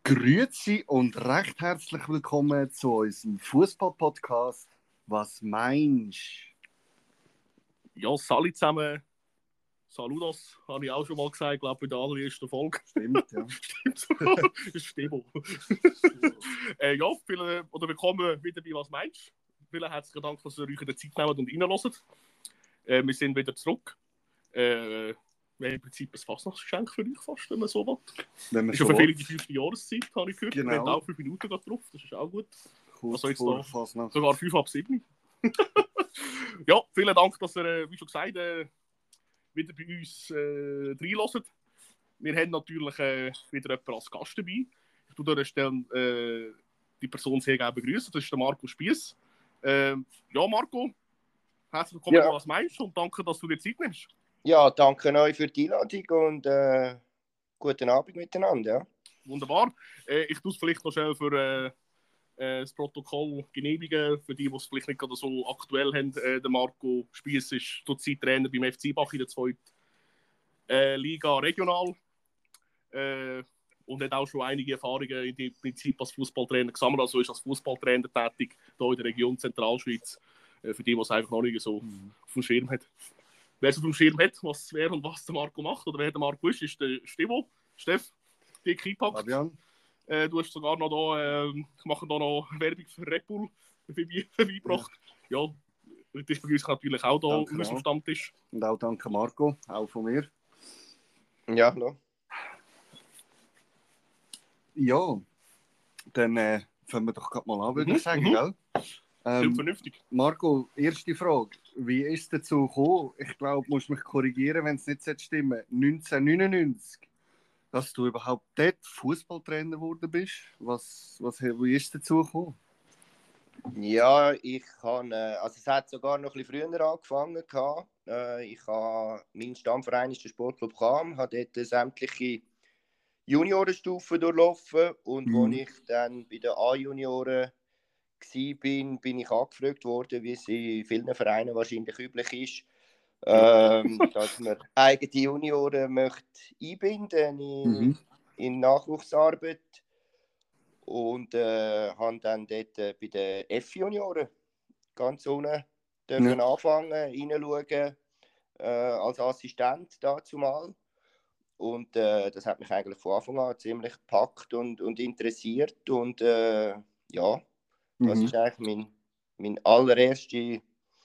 Grüezi und recht herzlich willkommen zu unserem Fußball-Podcast «Was meinst?» Ja, Sali zusammen. Saludos, habe ich auch schon mal gesagt, glaube ich, bei der allerersten Folge. Stimmt, ja. Stimmt. Das ist Stimmung. Ja, willkommen wieder bei «Was meinst?» Vielen herzlichen Dank, dass ihr euch in der Zeit nehmt und reinhört. Wir sind wieder zurück. Wir haben im Prinzip ein Fastnachtsgeschenk für euch fast, wenn man so will. Wenn man Ist so ja für viele will. die 5. Jahreszeit, habe ich gehört. Genau. Wir haben auch 5 Minuten drauf, das ist auch gut. Kurz Also jetzt vor da Fasnacht. sogar 5 ab 7. Ja, vielen Dank, dass ihr, wie schon gesagt, wieder bei uns reinhört. Wir haben natürlich wieder jemanden als Gast dabei. Ich tue an dieser Stelle die Person sehr gerne begrüßen. Das ist der Marco Spiess. Ja, Marco, herzlich willkommen bei «Was meinst?» und danke, dass du dir Zeit nimmst. Ja, danke euch für die Einladung und guten Abend miteinander. Ja. Wunderbar. Ich tue es vielleicht noch schnell für das Protokoll genehmigen, für die es vielleicht nicht gerade so aktuell haben. Der Marco Spiess ist zurzeit Trainer beim FC Bach in der 2. Liga regional und hat auch schon einige Erfahrungen in dem Prinzip als Fußballtrainer gesammelt. Also ist als Fußballtrainer tätig hier in der Region Zentralschweiz, für die, was einfach noch nicht so auf dem Schirm hat. Wer es auf dem Schirm hat, wer und was der Marco macht, oder wer der Marco ist der Stivo. Steff, dick eingepackt. Du hast sogar noch da, ich mache da noch Werbung für Red Bull vorbeigebracht. Ja, das begrüße ich natürlich auch da auf unserem Stammtisch. Und auch danke Marco, auch von mir. Ja, hallo. Ja, dann fangen wir doch gerade mal an, würde ich sagen, gell? Vernünftig. Marco, erste Frage. Wie ist es dazu gekommen? Ich glaube, du musst mich korrigieren, wenn es nicht stimmen 1999, dass du überhaupt dort Fußballtrainer geworden bist. Wie ist es dazu gekommen? Ja, es hat sogar noch ein bisschen früher angefangen. Mein Stammverein ist der Sportclub Cham, habe dort sämtliche Juniorenstufen durchlaufen und als ich dann bei den A-Junioren war, bin ich angefragt worden, wie es in vielen Vereinen wahrscheinlich üblich ist, dass man eigene Junioren möchte einbinden in Nachwuchsarbeit. Und haben dann dort bei den F-Junioren ganz unten dürfen anfangen, reinschauen, als Assistent dazumal. Und das hat mich eigentlich von Anfang an ziemlich gepackt und interessiert. Und das ist eigentlich mein allererster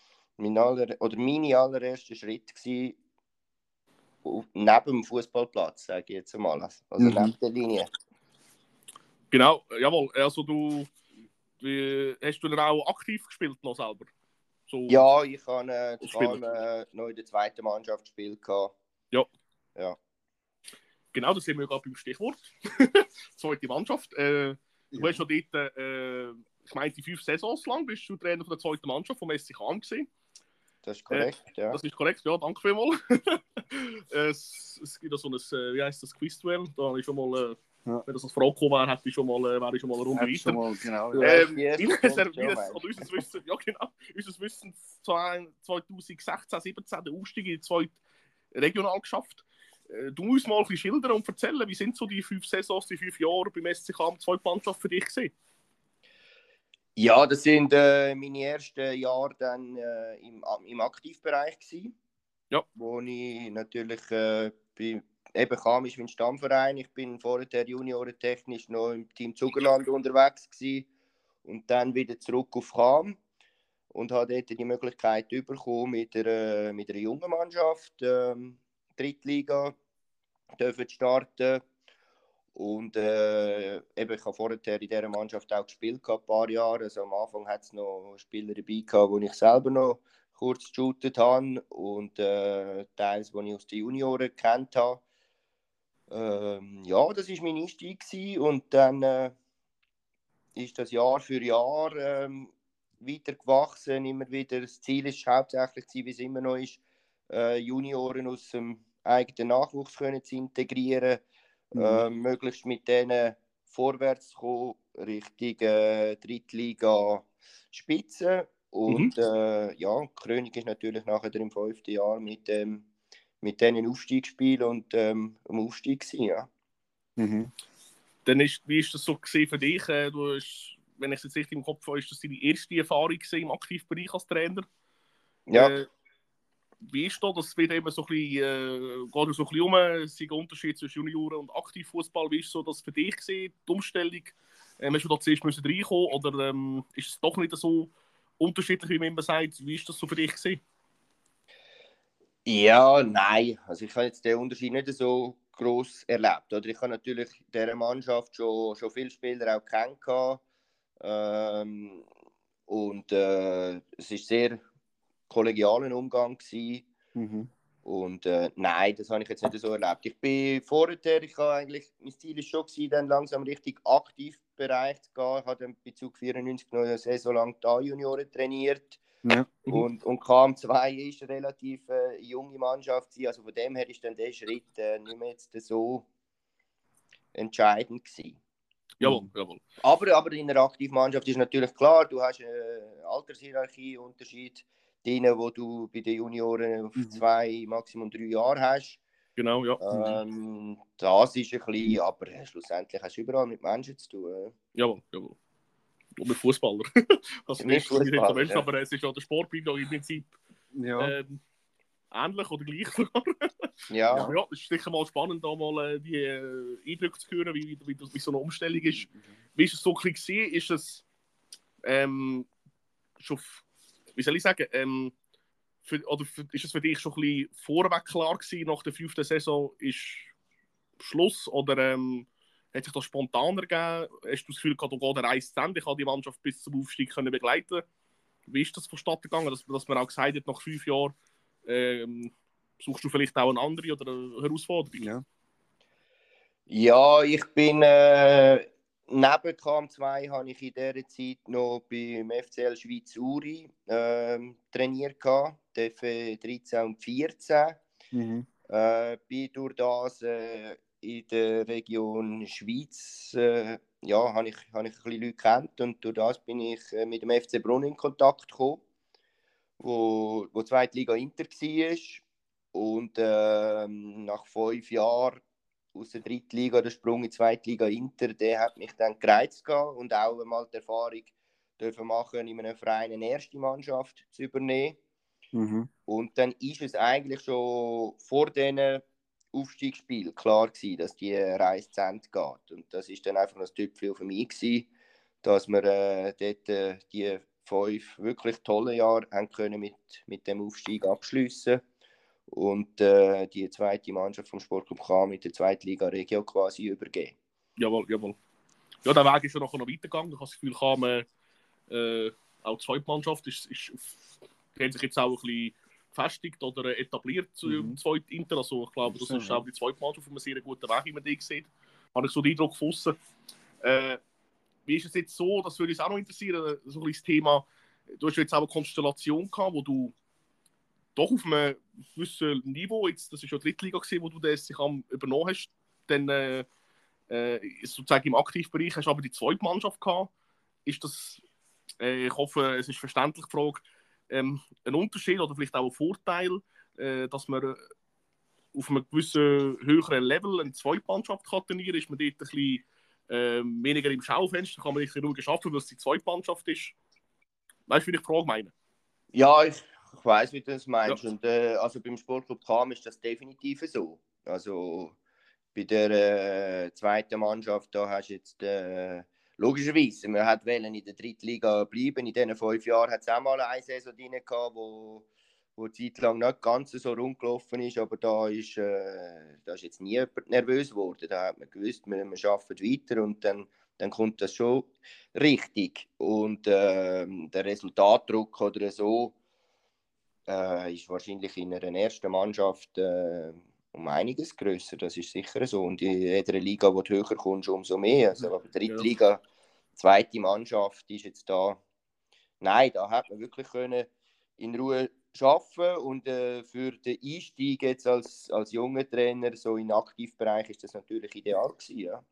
Schritt gewesen, neben dem Fußballplatz, sage ich jetzt einmal. Also neben der Linie. Genau, jawohl. Also hast du dann auch aktiv gespielt noch selber? So, ja, ich habe noch in der 2. Mannschaft gespielt. Ja. Genau, das sind wir gerade beim Stichwort. 2. Mannschaft. Du hast schon dort, ich meine, 5 Saisons lang bist du Trainer von der 2. Mannschaft vom SC Cham gewesen. Das ist korrekt, ja. Das ist korrekt, ja, danke vielmals. Es gibt so ein, wie heisst das, Quiz-Duell. Da habe ich schon mal, wenn das als Frage gekommen wäre, wäre ich schon mal eine Runde weiter. Genau, Unseres Wissens 2016, 2017 der Aufstieg in die 2. Regional geschafft. Du musst mal ein bisschen schildern und erzählen, wie sind so die 5 Saisons, die 5 Jahre beim SC Cham 2. Mannschaft für dich gewesen? Ja, das sind meine ersten Jahre dann im Aktivbereich gewesen. Ja. Wo ich natürlich Cham ist mein Stammverein. Ich bin vorher juniorentechnisch noch im Team Zugerland unterwegs gewesen und dann wieder zurück auf Cham und habe dort die Möglichkeit bekommen, mit einer jungen Mannschaft Drittliga dürfen starten. Und ich habe vorher in dieser Mannschaft auch gespielt, ein paar Jahre. Also am Anfang hat es noch Spieler dabei gehabt, die ich selber noch kurz geshootet habe und teils, die ich aus den Junioren gekannt habe. Das war mein Einstieg gewesen. Und dann ist das Jahr für Jahr weiter gewachsen. Immer wieder. Das Ziel ist hauptsächlich, wie es immer noch ist, Junioren aus dem eigenen Nachwuchs können zu integrieren. Möglichst mit denen vorwärts zu kommen, Richtung Drittliga Spitze. Und Krönung ist natürlich nachher im 5. Jahr mit diesen Aufstiegsspielen und dem Aufstieg gewesen, ja. Dann wie ist das so gesehen für dich? Du hast, wenn ich es jetzt richtig im Kopf habe, ist das deine erste Erfahrung im Aktivbereich als Trainer. Ja. Wie ist das wird eben so ein bisschen, geht so ein bisschen um, es ist ein Unterschied zwischen Junioren und Aktivfußball. Wie ist so das für dich gesehen, die Umstellung? Hast du da zuerst reinkommen oder ist es doch nicht so unterschiedlich, wie man immer sagt? Wie ist das so für dich gesehen? Ja, nein. Also ich habe jetzt den Unterschied nicht so gross erlebt. Oder ich habe natürlich in dieser Mannschaft schon viele Spieler auch kennengelernt. Und es war sehr kollegialer Umgang gewesen. Mhm. Und nein, das habe ich jetzt nicht so erlebt. Ich bin vorher, mein Ziel war schon gewesen, dann langsam richtig aktiv Bereich zu gehen. Ich habe dann bei Zug 94 noch eine Saison lang die A-Junioren trainiert. Ja. Und KM2 ist eine relativ junge Mannschaft gewesen. Also von dem her ist dann der Schritt nicht mehr jetzt so entscheidend gewesen. Jawohl, jawohl. Aber in einer aktiven Mannschaft ist natürlich klar, du hast eine Altershierarchie-Unterschied drin, wo du bei den Junioren auf 2, Maximum 3 Jahre hast. Genau, ja. Das ist ein bisschen, aber schlussendlich hast du überall mit Menschen zu tun. Jawohl, jawohl. Und mit Fußballer. Das Mit ist nicht so Fußballer, Mensch, ja. aber es ist ja der Sport bleibt ja im Prinzip Ja. ähnlich oder gleich sogar. Ja. Aber ja, es ist sicher mal spannend, da mal die Eindrücke zu hören, wie so eine Umstellung ist. Wie ist es so ein bisschen gesehen? Ist es schon, wie soll ich sagen, ist es für dich schon ein bisschen vorweg klar gewesen, nach der 5. Saison ist Schluss oder hat sich das spontan ergeben? Hast du das Gefühl gehabt, da geht der Reise zu Ende, ich kann die Mannschaft bis zum Aufstieg können begleiten? Wie ist das vonstatten gegangen, dass man auch gesagt hat, nach 5 Jahren suchst du vielleicht auch eine andere oder eine Herausforderung? Ja. Ja, ich bin neben KM2 habe ich in dieser Zeit noch beim FCL Schweiz Uri trainiert gehabt, dürfen 13 und 14. Bin durch das in der Region Schweiz habe ich ein bisschen Leute gekannt und durch das bin ich mit dem FC Brunn in Kontakt gekommen, wo zweite Liga Inter war. Und nach 5 Jahren aus der dritten Liga, der Sprung in die zweite Liga Inter, der hat mich dann gereizt gehabt und auch einmal die Erfahrung dürfen machen, in einem Verein eine erste Mannschaft zu übernehmen. Und dann ist es eigentlich schon vor diesen Aufstiegsspielen klar gewesen, dass die Reise zu Ende geht. Und das ist dann einfach ein Tüpfchen auf mich gewesen, dass wir dort die 5 wirklich tolle Jahre haben können mit dem Aufstieg abschliessen und die zweite Mannschaft vom Sportclub Cham mit der zweiten Regio quasi übergeben. Jawohl, jawohl. Ja, der Weg ist ja noch weitergegangen. Ich habe das Gefühl, Cham, auch die zweite Mannschaft die haben sich jetzt auch ein bisschen gefestigt oder etabliert im zweiten Inter. Also ich glaube, das ist auch die zweite Mannschaft, wo man sehr guten Weg immer sieht. Habe ich so den Eindruck gefunden. Wie ist es jetzt so, das würde uns auch noch interessieren, so ein bisschen das Thema, du hast jetzt auch eine Konstellation gehabt, wo du doch auf einem gewissen Niveau, jetzt, das ist ja die Drittliga gewesen, wo du das sich übernommen hast, dann sozusagen im Aktivbereich hast du aber die zweite Mannschaft gehabt. Ist das, ich hoffe, es ist verständlich die Frage, ein Unterschied oder vielleicht auch ein Vorteil, dass man auf einem gewissen höheren Level eine zweite Mannschaft kann trainieren, ist man dort ein bisschen weniger im Schaufenster, kann man ein bisschen ruhiger arbeiten, weil es die zweite Mannschaft ist. Weißt du, wie ich die Frage meine? Ja, ich weiss, wie du das meinst. Ja. Und, also beim Sportclub Cham ist das definitiv so. Also bei der zweiten Mannschaft, da hast du jetzt logischerweise, man hat in der dritten Liga bleiben. In diesen 5 Jahren hat es auch mal eine Saison drin gehabt, wo zeitlang nicht ganz so rund gelaufen ist, aber da ist jetzt nie jemand nervös geworden. Da hat man gewusst, wir arbeiten weiter und dann kommt das schon richtig. Und der Resultatdruck oder so ist wahrscheinlich in einer ersten Mannschaft um einiges grösser. Das ist sicher so. Und in jeder Liga, wo du höher kommst, umso mehr. Also, aber dritte Liga, zweite Mannschaft ist jetzt da. Nein, da hat man wirklich können in Ruhe arbeiten und für den Einstieg jetzt als junger Trainer so in den Aktivbereich ist das natürlich ideal gewesen, ja.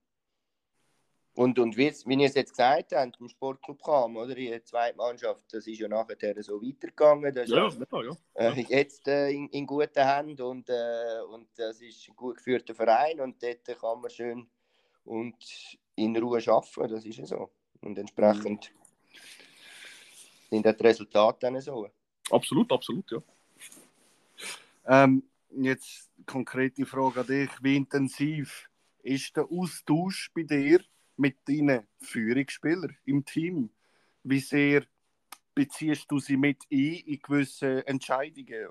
Und wie ihr es jetzt gesagt habt, im Sportclub Cham, oder, die zweite Mannschaft, das ist ja nachher so weitergegangen. Das ist jetzt in guten Händen und das ist ein gut geführter Verein und dort kann man schön und in Ruhe arbeiten, das ist ja so. Und entsprechend sind auch die Resultate dann so. Absolut, absolut, ja. Jetzt konkrete Frage an dich. Wie intensiv ist der Austausch bei dir mit deinen Führungsspielern im Team? Wie sehr beziehst du sie mit in gewisse Entscheidungen?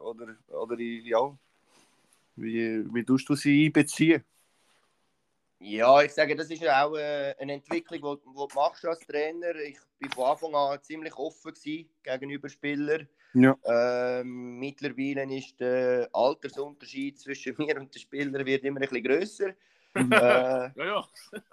Wie tust du sie einbeziehen? Ja, ich sage, das ist ja auch eine Entwicklung, die du machst als Trainer. Ich war von Anfang an ziemlich offen gegenüber Spielern. Ja. Mittlerweile ist der Altersunterschied zwischen mir und den Spielern wird immer ein bisschen grösser. Ja.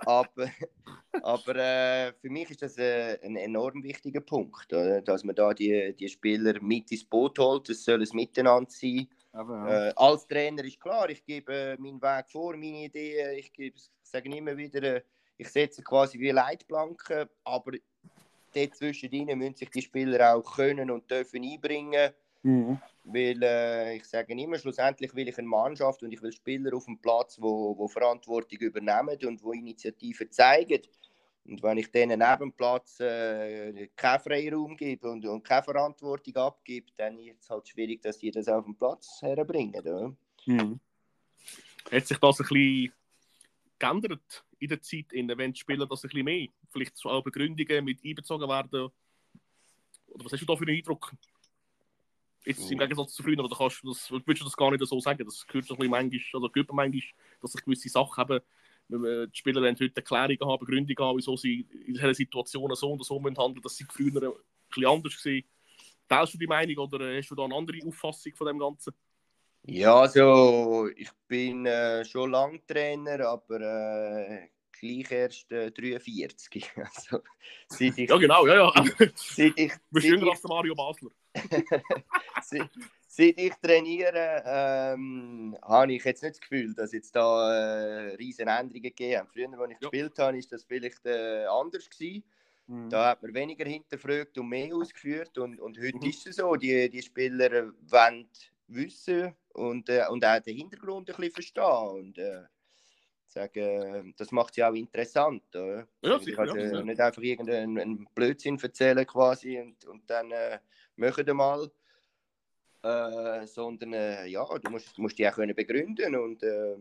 Aber für mich ist das ein enorm wichtiger Punkt, oder? Dass man da die Spieler mit ins Boot holt. Es soll ein Miteinander sein. Als Trainer ist klar, ich gebe meinen Weg vor, meine Ideen. Ich sage immer wieder, ich setze quasi wie Leitplanken, aber dort zwischen ihnen müssen sich die Spieler auch können und dürfen einbringen. Weil ich sage immer, schlussendlich will ich eine Mannschaft und ich will Spieler auf dem Platz, die Verantwortung übernehmen und die Initiative zeigen. Und wenn ich denen neben dem Platz keinen Freiraum gebe und keine Verantwortung abgebe, dann ist es halt schwierig, dass die das auf den Platz herbringen. Oder? Hat sich das ein bisschen geändert in der Zeit, wenn die Spieler das ein bisschen mehr, vielleicht auch Begründungen mit einbezogen werden? Oder was hast du da für einen Eindruck? Jetzt im Gegensatz zu früher, oder würdest du das gar nicht so sagen? Das gehört ein bisschen manchmal, also gehört manchmal, dass sich gewisse Sachen haben, wenn die Spieler heute Erklärungen haben, Begründungen haben, wieso sie in dieser Situation so und so handeln, dass sie früher ein bisschen anders waren. Teilst du die Meinung oder hast du da eine andere Auffassung von dem Ganzen? Ja, also ich bin schon lange Trainer, aber gleich erst 43. Also, ja, genau, ja. Seit ich, du bist jünger als der Mario Basler. seit ich trainiere, habe ich jetzt nicht das Gefühl, dass jetzt da riesen Änderungen gegeben haben. Früher, als ich gespielt habe, ist das vielleicht anders gewesen. Da hat man weniger hinterfragt und mehr ausgeführt. Und heute ist es so, die Spieler wollen wissen und auch den Hintergrund ein bisschen verstehen. Und sagen, das macht sie auch interessant. Oder? Ja, sicher, also nicht einfach irgendeinen Blödsinn erzählen quasi und dann machen wir mal. Sondern du musst die auch können begründen und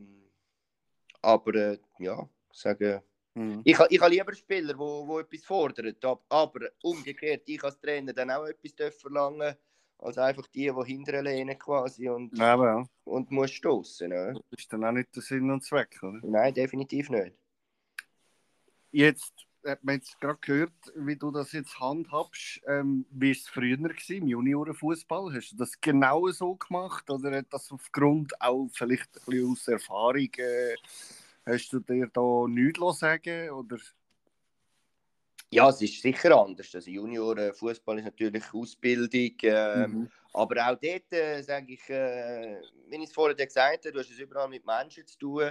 aber sagen, ich habe lieber Spieler, die etwas fordern, aber umgekehrt, ich als Trainer dann auch etwas verlangen, als einfach die hinterher lehnen quasi und muss stoßen. Ne? Das ist dann auch nicht der Sinn und Zweck, oder? Nein, definitiv nicht. Jetzt hat man jetzt gerade gehört, wie du das jetzt handhabst. Wie war es früher im Juniorenfußball? Hast du das genau so gemacht oder hat das aufgrund auch vielleicht ein bisschen aus Erfahrung, hast du dir da nichts sagen oder? Ja, es ist sicher anders. Also Juniorenfußball ist natürlich Ausbildung, aber auch dort sage ich, wie ich es vorher gesagt habe, du hast es überall mit Menschen zu tun.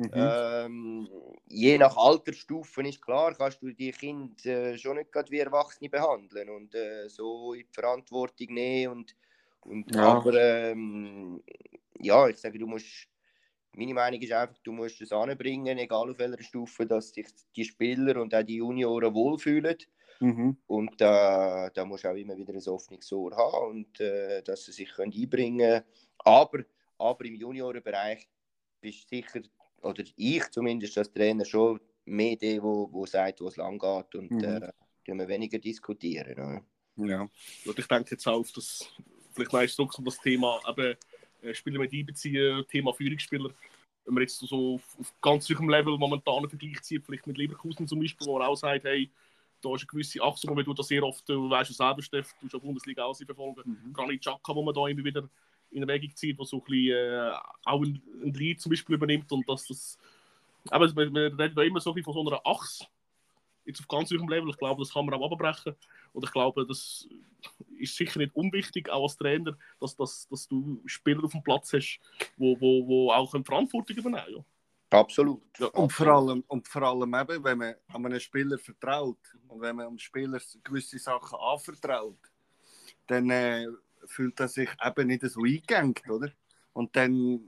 Je nach Altersstufen ist klar, kannst du die Kinder schon nicht gerade wie Erwachsene behandeln und so in die Verantwortung nehmen. Aber ich sage, meine Meinung ist einfach, du musst es anbringen, egal auf welcher Stufe, dass sich die Spieler und auch die Junioren wohlfühlen. Und da musst du auch immer wieder ein offenes Ohr haben und dass sie sich einbringen können. Aber im Juniorenbereich bist du sicher, oder ich zumindest als Trainer, schon mehr der, der sagt, wo es lang geht und wir weniger diskutieren. Ja. Und ich denke jetzt auch, dass vielleicht meinst du das Thema eben, Spieler mit einbeziehen, Thema Führungsspieler. Wenn man jetzt so auf ganz hohem Level momentan einen Vergleich zieht, vielleicht mit Leverkusen zum Beispiel, wo er auch sagt, hey, da ist eine gewisse Achtung, weil du das sehr oft, du weißt ja selber, Steff, du hast ja Bundesliga auch verfolgen, Granit Xhaka, wo man da immer wieder in Erwägung zieht, der so ein bisschen auch ein Lead zum Beispiel übernimmt und dass das, aber man redet da immer so viel von so einer Achse, jetzt auf ganz hohem Level, ich glaube, das kann man auch abbrechen und ich glaube, das ist sicher nicht unwichtig, auch als Trainer, dass du Spieler auf dem Platz hast, wo auch Verantwortung übernehmen können. Ja. Absolut. Ja, und vor allem eben, wenn man an einen Spieler vertraut und wenn man einem Spieler gewisse Sachen anvertraut, dann fühlt er sich eben nicht so eingegangen, oder? Und dann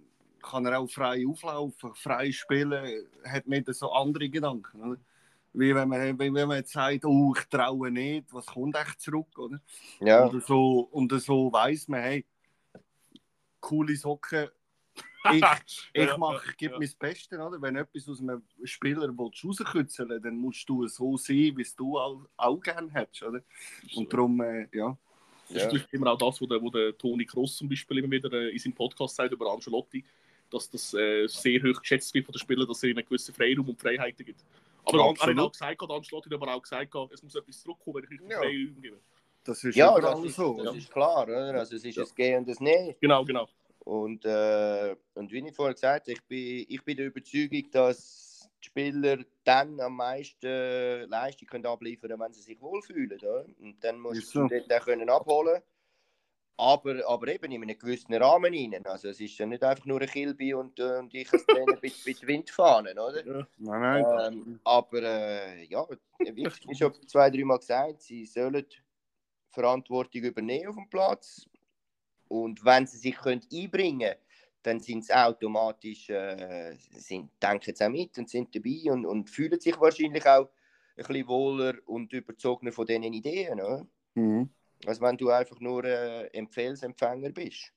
kann er auch frei auflaufen, frei spielen, hat nicht so andere Gedanken. Oder? Wie wenn man jetzt sagt, oh, ich traue nicht, was kommt echt zurück? Oder? Ja. Und so weiss man, hey, coole Socken, ich gebe mein Bestes. Oder? Wenn etwas aus einem Spieler rauskitzeln willst, dann musst du so sein, wie es du auch gerne hättest. Oder? Und darum, ja. Das ist natürlich immer auch das, was der Toni Kroos zum Beispiel immer wieder in seinem Podcast sagt über Ancelotti, dass das sehr hoch geschätzt wird von den Spielern, dass es ihnen einen gewissen Freiraum und Freiheiten gibt. Aber er hat auch gesagt, Ancelotti hat aber auch gesagt, es muss etwas zurückkommen, wenn ich euch Freiraum gebe. Das ist so. Das ist klar, oder? Also es ist ein Gehen und ein Nehmen. Genau. Und wie ich vorher gesagt habe, ich bin der Überzeugung, dass die Spieler dann am meisten Leistung abliefern können, wenn sie sich wohlfühlen. Oder? Und dann musst du dort auch abholen. Aber eben in einem gewissen Rahmen rein. Also es ist ja nicht einfach nur ein Kilby und ich als Trainer bei die Windfahnen, oder? Ja. Nein. Wie ich schon 2-3 Mal gesagt, sie sollen Verantwortung übernehmen auf dem Platz. Und wenn sie sich einbringen können, dann sind sie automatisch, denken sie auch mit und sind dabei und fühlen sich wahrscheinlich auch ein bisschen wohler und überzogener von diesen Ideen. Oder? Mhm. Als wenn du einfach nur Empfehlsempfänger bist.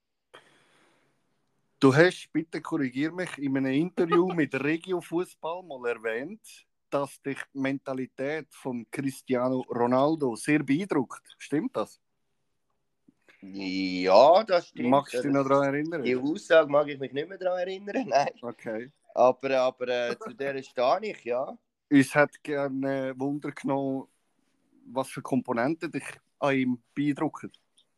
Du hast, bitte korrigiere mich, in einem Interview mit Regio Fußball mal erwähnt, dass dich die Mentalität von Cristiano Ronaldo sehr beeindruckt. Stimmt das? Ja, das stimmt. Magst du dich noch daran erinnern? Die Aussage mag ich mich nicht mehr daran erinnern, nein. Okay. Aber zu der stehe ich, ja. Uns hat gerne Wunder genommen, was für Komponenten dich an ihm beeindrucken.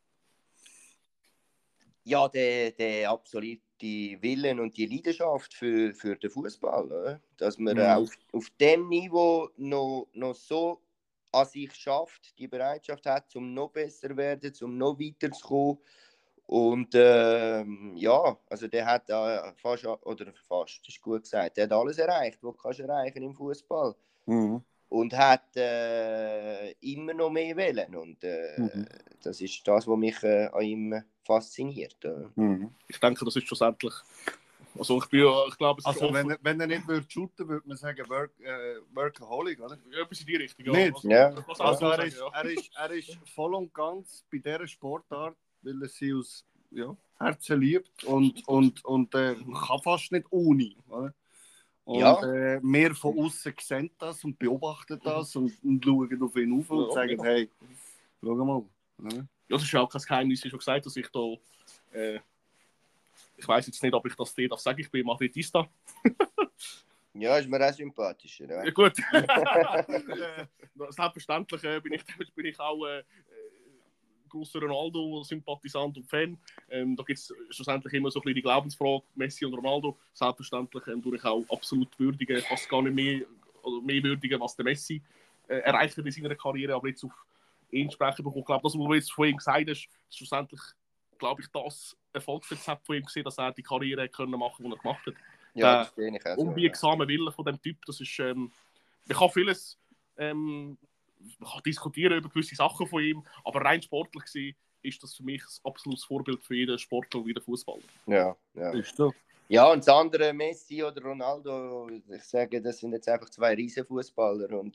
Ja, der absolute Willen und die Leidenschaft für den Fußball. Dass man auf dem Niveau noch so an sich schafft, die Bereitschaft hat, um noch besser zu werden, um noch weiterzukommen. Und also der hat fast, das ist gut gesagt, der hat alles erreicht, was du erreichen im Fußball. Und hat immer noch mehr wollen. Und das ist das, was mich an ihm fasziniert. Ich denke, das ist schlussendlich. Also ich glaube, es ist also wenn er nicht shooten würde man sagen Workaholic, oder? Ja, etwas in die Richtung. Ja. Nicht? Also er ist voll und ganz bei dieser Sportart, weil er sie aus Herzen liebt und kann fast nicht ohne. Oder? Und wir von außen sehen das und beobachten das und schauen auf ihn auf und sagen, hey, schau mal. Ja, das ist ja auch kein Geheimnis, wie schon gesagt, dass ich da ich weiß jetzt nicht, ob ich das dir sage, ich bin Madridista. Ja, ist mir auch sympathischer. Ja gut. Selbstverständlich bin ich auch großer Ronaldo-Sympathisant und Fan. Da gibt es schlussendlich immer so ein bisschen die Glaubensfrage, Messi und Ronaldo. Selbstverständlich tue ich auch absolut würdigen, fast gar nicht mehr würdigen, was der Messi erreicht hat in seiner Karriere, aber jetzt auf ihn sprechen bekommen. Ich glaube, das, was du jetzt von ihm gesagt hast, ist schlussendlich, glaube ich, das Erfolgsrezept von ihm gesehen, dass er die Karriere können machen, die er gemacht hat. Ja, das sehe ich auch so. Unbiegsame Wille von dem Typ, das ist, man kann vieles man kann diskutieren über gewisse Sachen von ihm, aber rein sportlich gesehen ist das für mich ein absolutes Vorbild für jeden Sportler und jeden Fußballer. Ja. Ist so. Ja, und das andere, Messi oder Ronaldo, ich sage, das sind jetzt einfach zwei Riesenfußballer und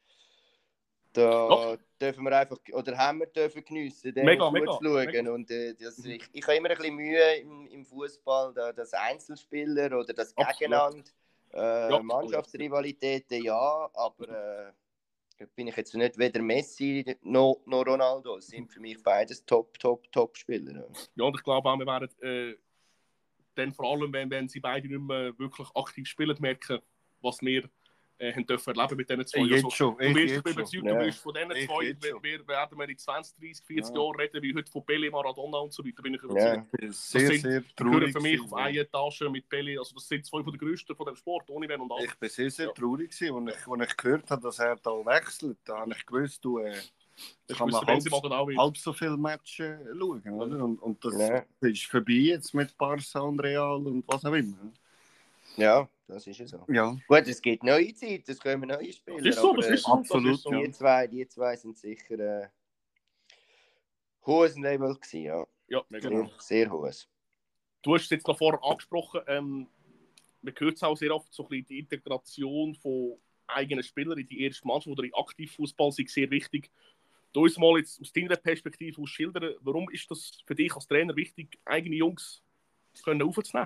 da dürfen wir einfach, oder haben wir dürfen geniessen, denen zuzuschauen. Und ich habe immer ein bisschen Mühe im Fußball, das Einzelspieler oder das Gegeneinander, Mannschaftsrivalitäten, ja, aber bin ich jetzt nicht weder Messi noch Ronaldo. Das sind für mich beides Top-Spieler. Ja, und ich glaube auch, wir werden dann vor allem, wenn sie beide nicht mehr wirklich aktiv spielen, merken, was wir haben dürfen erleben mit diesen zwei. Ich bin überzeugt, du wirst von diesen zwei, werden wir in 20, 30, 40 Jahren reden, wie heute von Pelé, Maradona und so weiter, bin ich überzeugt. Sehr traurig. Für mich auf eine Etage mit Pelé, also das sind zwei von den größten von dem Sport, ohne Wenn und All. Ich bin sehr traurig gewesen, als ich gehört habe, dass er da wechselt. Da habe ich gewusst, kann man halb so viele Matches schauen. Oder? Und das ist vorbei jetzt mit Barca und Real und was auch immer. Ja, das ist ja so. Ja. Gut, es gibt neue Zeit, es kommen neue Spieler. Das ist so, das ist so. Absolut. So. Die zwei sind sicher hohes Level gewesen, ja. Ja, mega. Sehr hohes. Du hast es jetzt noch vorher angesprochen, man hört es auch sehr oft, so ein bisschen die Integration von eigenen Spielern in die erste Mannschaft oder in Aktivfußball sind sehr wichtig. Du uns mal jetzt aus deiner Perspektive aus schildern, warum ist das für dich als Trainer wichtig, eigene Jungs aufzunehmen?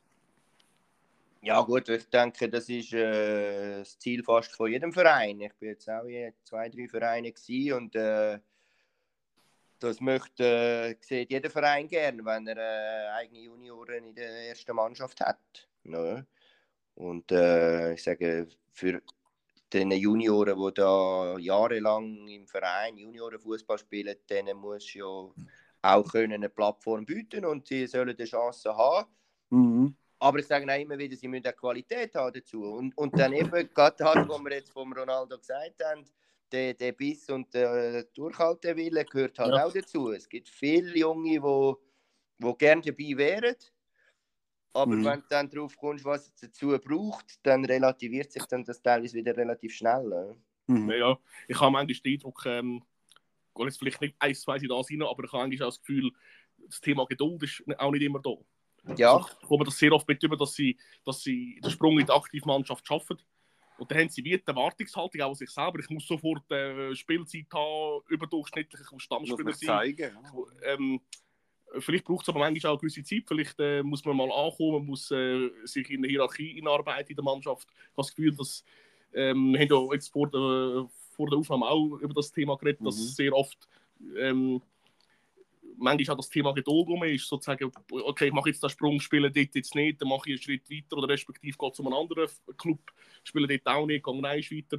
Ja gut, ich denke, das ist das Ziel fast von jedem Verein. Ich bin jetzt auch in 2, 3 Vereinen gewesen und das sieht jeder Verein gern, wenn er eigene Junioren in der ersten Mannschaft hat. Ne? Und ich sage, für die Junioren, die da jahrelang im Verein Juniorenfußball spielen, denen muss ja auch eine Plattform bieten und sie sollen eine Chance haben. Mhm. Aber ich sage auch immer wieder, sie müssen auch Qualität haben dazu. Und dann eben gerade das, was wir jetzt vom Ronaldo gesagt haben, der Biss und der Durchhaltewille gehört halt auch dazu. Es gibt viele Junge, die gerne dabei wären. Aber wenn du dann drauf kommst, was es dazu braucht, dann relativiert sich dann das teilweise wieder relativ schnell. Ja, ich habe manchmal den Eindruck, gehe jetzt vielleicht nicht 1-2 in das rein, aber ich habe eigentlich auch das Gefühl, das Thema Geduld ist auch nicht immer da. Ja. Also, ich komme das sehr oft mit über, dass sie den Sprung in die Aktivmannschaft schaffen. Und dann haben sie wie die Erwartungshaltung auch an sich selber. Ich muss sofort Spielzeit haben, überdurchschnittlich, ich muss Stammspieler sein. Vielleicht braucht es aber manchmal auch eine gewisse Zeit. Vielleicht muss man mal ankommen, man muss sich in eine Hierarchie einarbeiten in der Mannschaft. Ich habe das Gefühl, dass wir haben ja jetzt vor der Aufnahme auch über das Thema geredet, dass sehr oft manchmal auch das Thema Geduld rum ist, sozusagen, okay, ich mache jetzt den Sprung, spiele dort jetzt nicht, dann mache ich einen Schritt weiter oder respektive gehe zu einem anderen Club, spiele dort auch nicht, gehe einen weiter.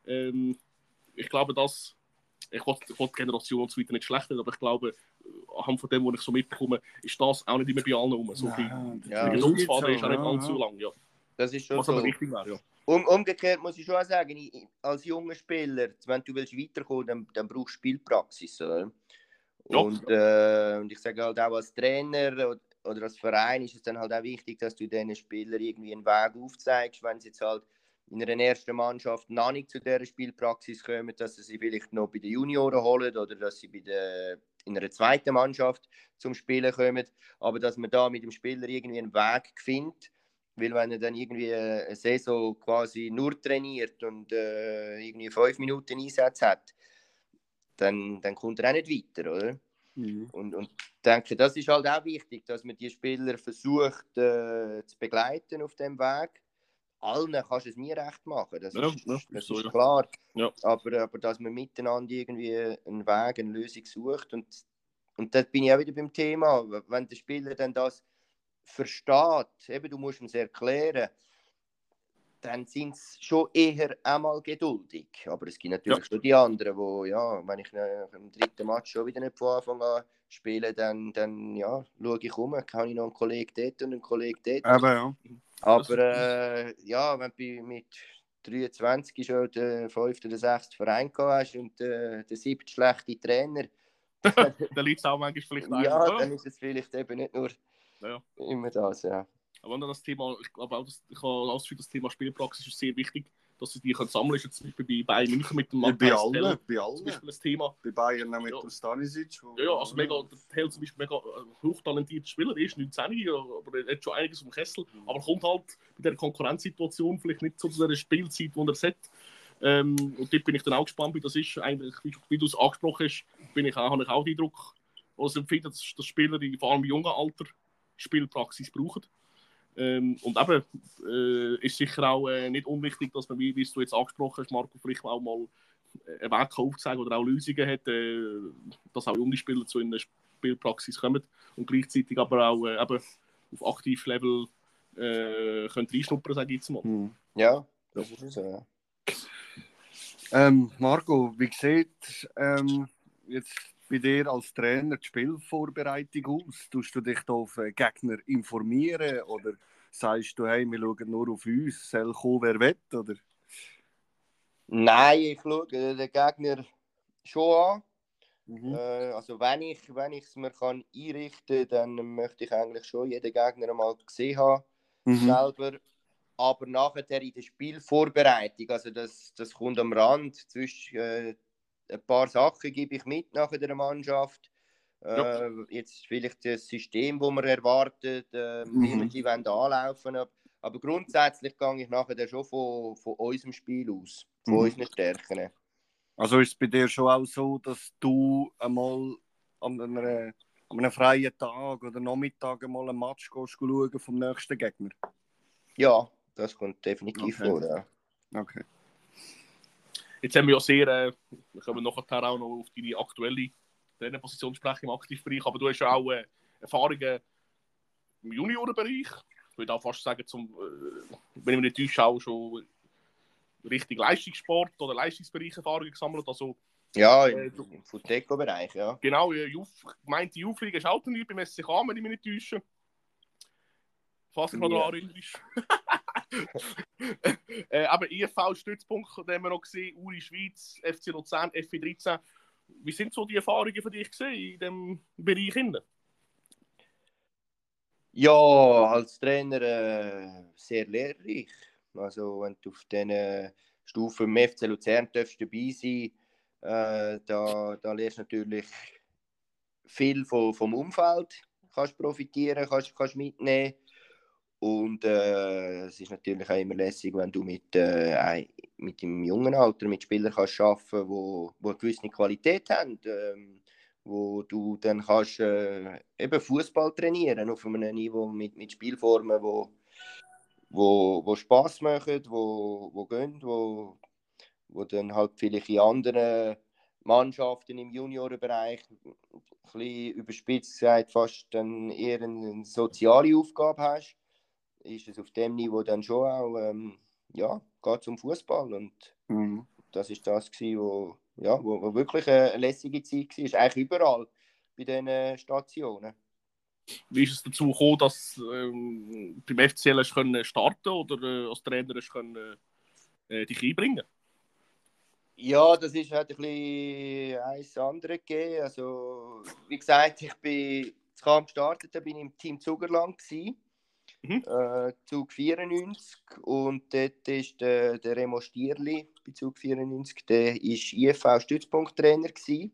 Ich glaube, ich will die Generation und so weiter nicht schlecht reden, aber ich glaube, anhand von dem, was ich so mitbekomme, ist das auch nicht immer bei allen rum. So der Geduldsfaden ist auch nicht allzu lang. Ja. Das ist schon was so. Aber wichtig wäre, ja. Umgekehrt muss ich schon sagen, als junger Spieler, wenn du weiterkommen willst, dann brauchst du Spielpraxis. Oder? Und ich sage halt auch als Trainer oder als Verein ist es dann halt auch wichtig, dass du diesen Spielern irgendwie einen Weg aufzeigst, wenn sie jetzt halt in einer ersten Mannschaft noch nicht zu dieser Spielpraxis kommen, dass sie vielleicht noch bei den Junioren holen oder dass sie in einer zweiten Mannschaft zum Spielen kommen, aber dass man da mit dem Spieler irgendwie einen Weg findet, weil wenn er dann irgendwie eine Saison quasi nur trainiert und irgendwie 5 Minuten Einsatz hat, dann kommt er auch nicht weiter, oder? Und ich denke, das ist halt auch wichtig, dass man die Spieler versucht zu begleiten auf dem Weg. Allen kannst du es nie recht machen, das ist klar. Ja. Aber dass man miteinander irgendwie einen Weg, eine Lösung sucht. Und da bin ich auch wieder beim Thema, wenn der Spieler dann das versteht, eben, du musst ihm es erklären, dann sind sie schon eher einmal geduldig. Aber es gibt natürlich schon die anderen, wo, wenn ich im dritten Match schon wieder nicht von Anfang an spiele, dann schaue ich um, kann ich noch einen Kollegen dort und einen Kollegen dort. Aber wenn du mit 23 schon den 5. oder 6. Verein hast und den 7. schlechte Trainer, dann liegt es auch manchmal vielleicht ein. Dann ist es vielleicht eben nicht nur immer das, Aber das Thema, ich glaube auch, ich habe das Thema Spielpraxis ist sehr wichtig, dass sie die sammeln können. Ist jetzt zum Beispiel bei Bayern München mit dem Matthias Tell zum Beispiel das Thema. Bei Bayern mit dem Stanisic. Also mega, der Tell zum Beispiel mega hochtalentierter Spieler, er ist 19, aber er hat schon einiges im Kessel. Aber kommt halt bei der Konkurrenzsituation vielleicht nicht so zu der Spielzeit, die er hat. Und dort bin ich dann auch gespannt, wie das ist. Eigentlich, wie du es angesprochen hast, habe ich auch den Eindruck, also empfinde, dass Spieler in vor allem im jungen Alter Spielpraxis brauchen. Und eben ist sicher auch nicht unwichtig, dass man, wie du jetzt angesprochen hast, Marco, vielleicht auch mal einen Weg aufzeigen oder auch Lösungen hat, dass auch junge Spieler zu einer Spielpraxis kommen und gleichzeitig aber auch eben auf Aktivlevel können reinschnuppern, sage ich jetzt mal. Ja, das ist so, Marco, wie sieht jetzt bei dir als Trainer die Spielvorbereitung aus? Tust du dich da auf Gegner informieren oder sagst du, hey, wir schauen nur auf uns, soll kommen, wer will, oder? Nein, ich schaue den Gegner schon an. Also wenn ich es mir einrichten kann, dann möchte ich eigentlich schon jeden Gegner einmal gesehen haben, selber. Aber nachher in der Spielvorbereitung, also das kommt am Rand, zwischen ein paar Sachen gebe ich mit nach der Mannschaft. Jetzt vielleicht das System, das man erwartet, wie wir die anlaufen wollen. Aber grundsätzlich gehe ich nachher dann schon von unserem Spiel aus, von unseren Stärken. Also ist es bei dir schon auch so, dass du einmal an einem freien Tag oder Nachmittag einmal ein Match schauen vom nächsten Gegner? Ja, das kommt definitiv vor, ja. Okay. Jetzt haben wir ja sehr, wir kommen nachher auch noch auf deine aktuelle Trainerposition sprechen im Aktivbereich, aber du hast ja auch Erfahrungen im Juniorenbereich. Ich würde auch fast sagen, wenn ich mich nicht täusche, auch schon richtig Leistungssport oder Leistungsbereich Erfahrungen gesammelt. Also, ja, im Futeco-Bereich, ja. Genau, gemeinte Aufliegen ist auch nicht beim SCK, wenn ich mich nicht täusche. Falls ich noch daran erinnerst. Aber IFV-Stützpunkt, den wir noch gesehen, Uri Schweiz, FC Luzern, FI13. Wie sind so die Erfahrungen für dich gesehen in diesem Bereich? Ja, als Trainer sehr lehrreich. Also wenn du auf diesen Stufen im FC Luzern dabei sein da lernst du natürlich viel vom Umfeld, kannst profitieren, kannst mitnehmen. Und es ist natürlich auch immer lässig, wenn du mit dem jungen Alter mit Spielern kannst arbeiten, wo eine gewisse Qualität haben, wo du dann kannst eben Fußball trainieren auf einem Niveau mit Spielformen, wo Spaß machen, wo gehen, wo dann halt vielleicht in anderen Mannschaften im Juniorenbereich ein bisschen überspitzt gesagt fast dann eher eine soziale Aufgabe hast, ist es auf dem Niveau dann schon auch geht zum Fußball und das ist das gewesen, wo wirklich eine lässige Zeit war, eigentlich überall bei diesen Stationen. Wie ist es dazu gekommen, dass beim FCL hast du starten oder als Trainer hast du dich einbringen? Ja, das ist halt ein bisschen eins andere gegeben. Also, wie gesagt, ich bin zu Kamp gestartet, da bin ich im Team Zugerland gewesen, Zug 94 und dort ist der Remo Stierli bei Zug 94, der ist IFV-Stützpunkttrainer gewesen,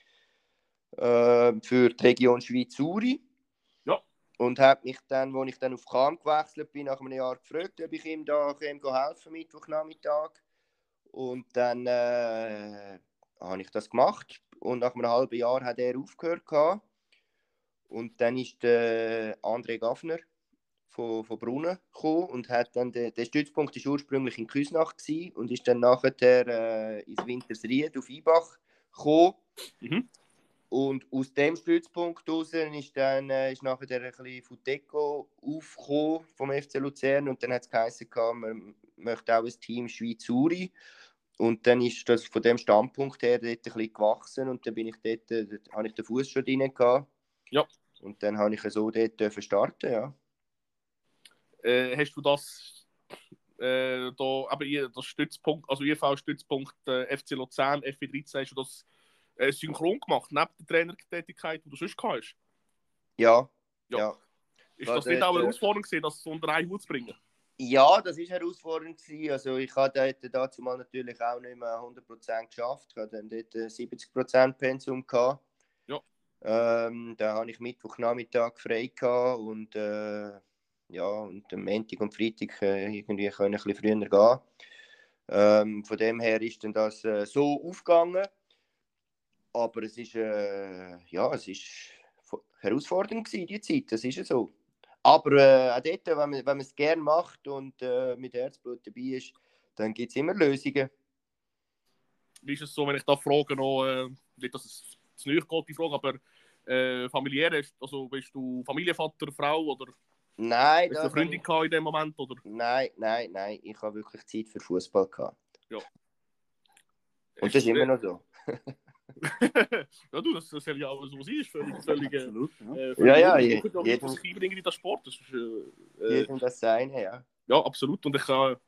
für die Region Schweiz-Uri. Ja. Und hat mich dann, als ich dann auf Cham gewechselt bin, nach einem Jahr gefragt, ob ich ihm da helfen Mittwochnachmittag. Und dann habe ich das gemacht und nach einem halben Jahr hat er aufgehört gehabt. Und dann ist der André Gaffner von Brunnen gekommen und hat dann der Stützpunkt ist ursprünglich in Küsnach und ist dann nachher ins Wintersried auf Ibach gekommen. Und aus dem Stützpunkt heraus ist nachher ein bisschen Futeco aufgekommen vom FC Luzern und dann hat es geheißen, man möchte auch ein Team Schweiz-Uri. Und dann ist das von dem Standpunkt her dort ein bisschen gewachsen und dann bin ich dort, habe ich den Fuß schon drin gehabt. Ja. Und dann habe ich so dort starten, ja. Hast du das das Stützpunkt, also IV-Stützpunkt FC Luzern, FI13, hast du das synchron gemacht, neben der Trainertätigkeit, die du sonst gehabt hast? Ja. Ist das nicht auch eine Herausforderung gewesen, das so unter einen Hut zu bringen? Ja, das war herausfordernd. Also ich habe dazu mal natürlich auch nicht mehr 100% geschafft. Ich hatte dann dort 70% Pensum gehabt. Ja. Da habe ich Mittwochnachmittag frei gehabt und und am Montag und Freitag irgendwie können ein bisschen früher gehen. Von dem her ist dann das so aufgegangen. Aber es ist herausfordernd gewesen, die Zeit. Das ist ja so. Aber auch dort, wenn man es gerne macht und mit Herzblut dabei ist, dann gibt es immer Lösungen. Wie ist es so, wenn ich da frage, noch, nicht, dass es zu nahe geht, die Frage, aber familiär, also bist du Familienvater, Frau oder nein, hast du eine Freundin gehabt in dem Moment? Oder? Nein, ich habe wirklich Zeit für Fußball gehabt. Ja. Und das ist immer noch so. Ja, du, das soll ja auch so sein, ist völlig Absolut, jedem sich einbringen in den Sport. Das ist, jedem das Seine, ja. Ja, absolut. Und ich kann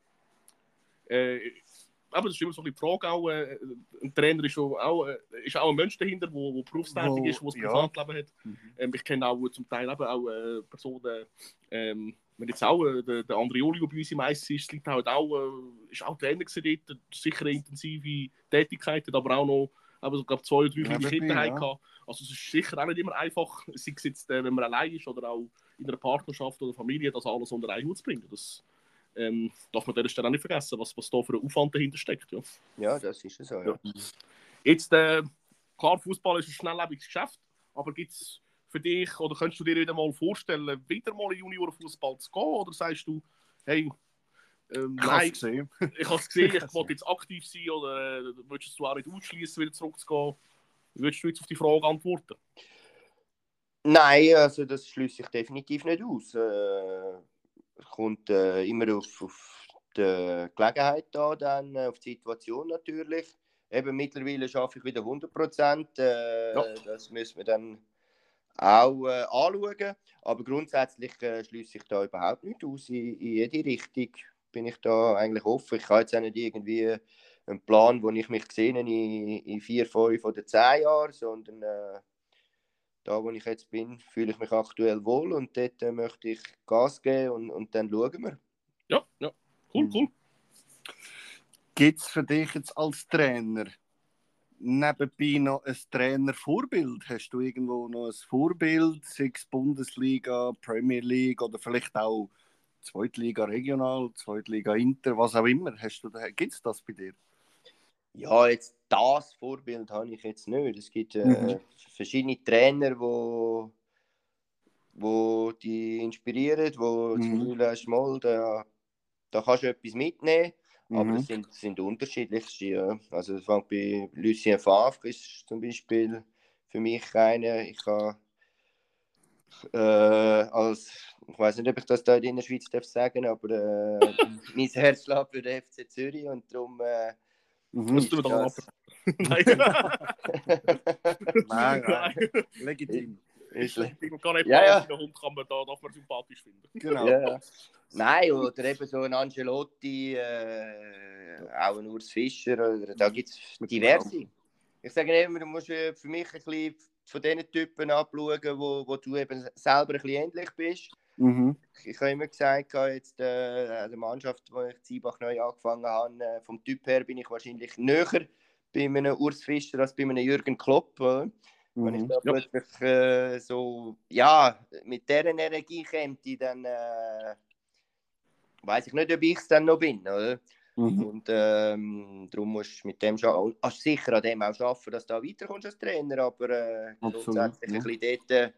aber das ist immer so die Frage auch, ein Trainer ist auch ein Mensch dahinter, der berufstätig ist, der ein Privatleben hat. Ich kenne auch zum Teil eben auch Personen, wenn jetzt auch der Andrioli, der bei uns im Eis ist, ist auch Trainer gewesen dort, sicher eine intensive Tätigkeit, hat aber auch noch aber ich glaube 2 oder 3 kleine Nebenbei, Kinder ja. hatten. Also es ist sicher auch nicht immer einfach, sei es jetzt, wenn man allein ist oder auch in einer Partnerschaft oder Familie, das alles unter einen Hut zu bringen. Das darf man an dieser Stelle auch nicht vergessen, was da für ein Aufwand dahinter steckt. Ja. Ja, das ist so, ja. Jetzt, klar, Fußball ist ein schnelllebiges Geschäft, aber gibt es für dich, oder könntest du dir wieder mal vorstellen, wieder mal in Juniorenfußball zu gehen? Oder sagst du, hey, nein, ich habe es gesehen, ich wollte jetzt aktiv sein, oder würdest du auch nicht ausschließen, wieder zurückzugehen? Wie würdest du jetzt auf die Frage antworten? Nein, also das schließe ich definitiv nicht aus. Kommt immer auf die Gelegenheit an, dann, auf die Situation natürlich. Eben mittlerweile schaffe ich wieder 100%. Das müssen wir dann auch anschauen. Aber grundsätzlich schließe ich da überhaupt nicht aus. In jede Richtung bin ich da eigentlich offen. Ich habe jetzt auch nicht irgendwie einen Plan, wo ich mich sehe in 4, 5 oder 10 Jahren, sondern da, wo ich jetzt bin, fühle ich mich aktuell wohl und dort möchte ich Gas geben und dann schauen wir. Ja, cool. Gibt es für dich jetzt als Trainer nebenbei noch ein Trainervorbild? Hast du irgendwo noch ein Vorbild, sei es Bundesliga, Premier League oder vielleicht auch Zweitliga Regional, Zweitliga Inter, was auch immer? Gibt es das bei dir? Ja, jetzt das Vorbild habe ich jetzt nicht. Es gibt verschiedene Trainer, wo die inspirieren, wo das Gefühl hast, mal, da kannst du etwas mitnehmen. Aber es sind unterschiedlichste. Ja. Also es fängt bei Lucien Favre ist zum Beispiel für mich einer. Ich habe ich weiß nicht, ob ich das da in der Schweiz sagen darf, aber mein Herz schlägt für den FC Zürich und darum Das tun wir dann ab. Nein. Legitim. Ist legitim. Gar nicht ja. Den Hund kann man da, darf man sympathisch finden. Genau. Ja. Nein, oder eben so ein Ancelotti, auch ein Urs Fischer, oder, da gibt es diverse. Ich sage immer, du musst für mich ein bisschen von diesen Typen abschauen, wo du eben selber ein bisschen ähnlich bist. Ich habe immer gesagt, jetzt der Mannschaft, wo ich Ziebach neu angefangen habe, vom Typ her bin ich wahrscheinlich näher bei einem Urs Fischer als bei einem Jürgen Klopp. Wenn ich da plötzlich so, ja, mit dieser Energie käme, dann weiß ich nicht, ob ich es dann noch bin, oder? Und darum musst du mit dem sicher an dem auch arbeiten, dass du da weiterkommst als Trainer, aber grundsätzlich ein bisschen dort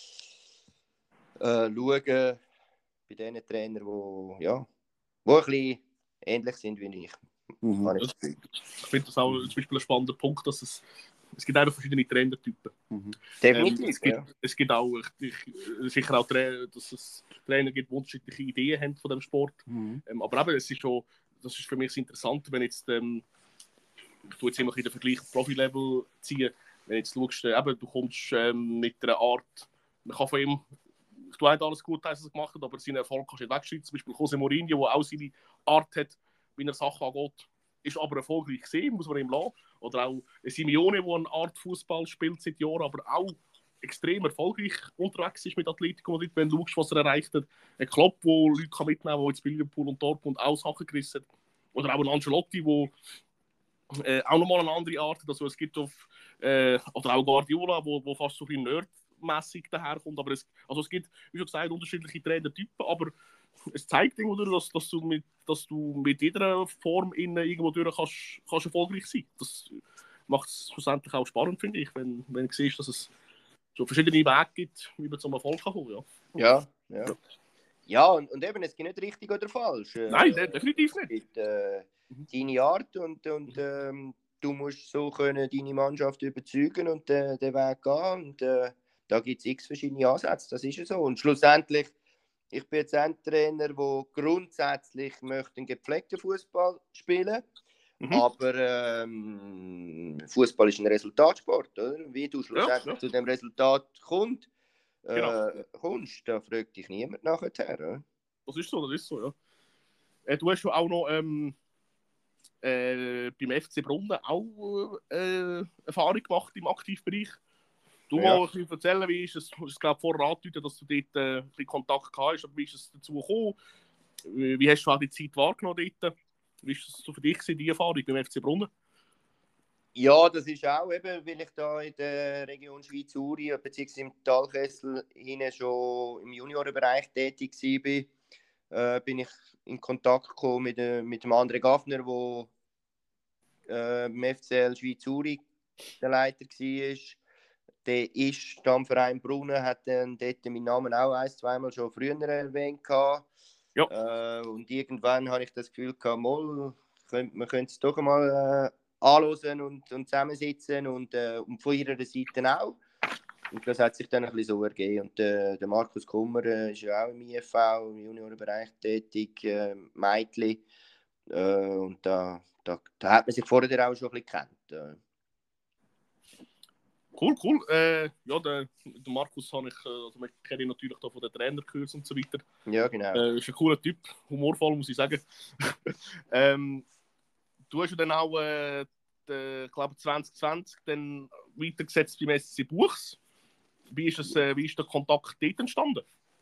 schauen bei den Trainern, die ein bisschen ähnlich sind wie ich. Ich finde das auch zum Beispiel ein spannender Punkt, dass es gibt einfach verschiedene Trainertypen. Definitiv, es gibt auch sicher auch dass es Trainer gibt, die unterschiedliche Ideen haben von dem Sport. Aber eben, es ist schon, das ist für mich das Interessante, wenn jetzt ich tue jetzt immer den Vergleich auf Profi-Level ziehen, wenn jetzt schaust, du kommst mit einer Art, man kann von ihm, ich tue nicht alles gut, was er gemacht hat, aber seinen Erfolg kannst du nicht wegschreiben. Zum Beispiel José Mourinho, der auch seine Art hat, wie er Sachen angeht, ist aber erfolgreich gesehen, muss man ihm lassen. Oder auch Simeone, der eine Art Fußball spielt seit Jahren, aber auch extrem erfolgreich unterwegs ist mit Atletico Madrid, wenn du schaust, was er erreicht hat. Ein Klopp, der Leute mitnehmen kann, der jetzt bei Liverpool und Dortmund auch Sachen gerissen hat. Oder auch ein Ancelotti, der auch nochmal eine andere Art hat. Also es gibt oder auch Guardiola, wo fast so ein bisschen nerdmässig daherkommt. Aber es gibt, wie schon gesagt, unterschiedliche Trainertypen, aber es zeigt irgendwo, dass du mit jeder Form irgendwo durch kannst erfolgreich sein. Das macht es schlussendlich auch spannend, finde ich, wenn du siehst, dass es so verschiedene Wege gibt, wie man zum Erfolg kommen kann. Ja, und eben, es gibt nicht richtig oder falsch. Nein, definitiv nicht. Es gibt deine Art und du musst so können deine Mannschaft überzeugen und den Weg gehen. Und da gibt es x verschiedene Ansätze, das ist ja so. Und schlussendlich, ich bin jetzt ein Trainer, der grundsätzlich möchte einen gepflegten Fußball spielen möchte. Aber Fußball ist ein Resultatsport, oder? Wie du schlussendlich zu dem Resultat kommst, da fragt dich niemand nachher. Oder? Das ist so, ja. Du hast ja auch noch beim FC Brunnen auch Erfahrung gemacht im Aktivbereich. Du mal ein bisschen erzählen, wie ist es, ich glaube vorher angedeutet, dass du dort ein bisschen Kontakt gehabt hast, aber wie ist es dazu gekommen? Wie hast du auch die Zeit wahrgenommen dort? Wie ist es so für dich die Erfahrung beim FC Brunnen? Ja, das ist auch eben, weil ich da in der Region Schweiz-Uri bzw. im Talkessel hinten schon im Juniorenbereich tätig war, bin ich in Kontakt gekommen mit dem André Gaffner, der im FCL Schweiz-Uri der Leiter war. Der ist Stammverein Brunnen, hat dann dort meinen Namen auch zweimal schon früher erwähnt. Ja. Und irgendwann habe ich das Gefühl gehabt, man könnte es doch mal anhören und zusammensitzen und von ihrer Seite auch. Und das hat sich dann ein bisschen so ergeben. Und der Markus Kummer ist ja auch im IFV, im Juniorenbereich tätig, Meitli. Und da hat man sich vorher auch schon ein bisschen gekannt. Cool. Ja, der Markus habe ich, also man kennt ihn natürlich da von den Trainerkursen und so weiter. Ja, genau. Ist ein cooler Typ, humorvoll, muss ich sagen. Du hast ja dann auch, glaube 2020 dann weitergesetzt beim SC Buchs. Wie ist der Kontakt dort entstanden?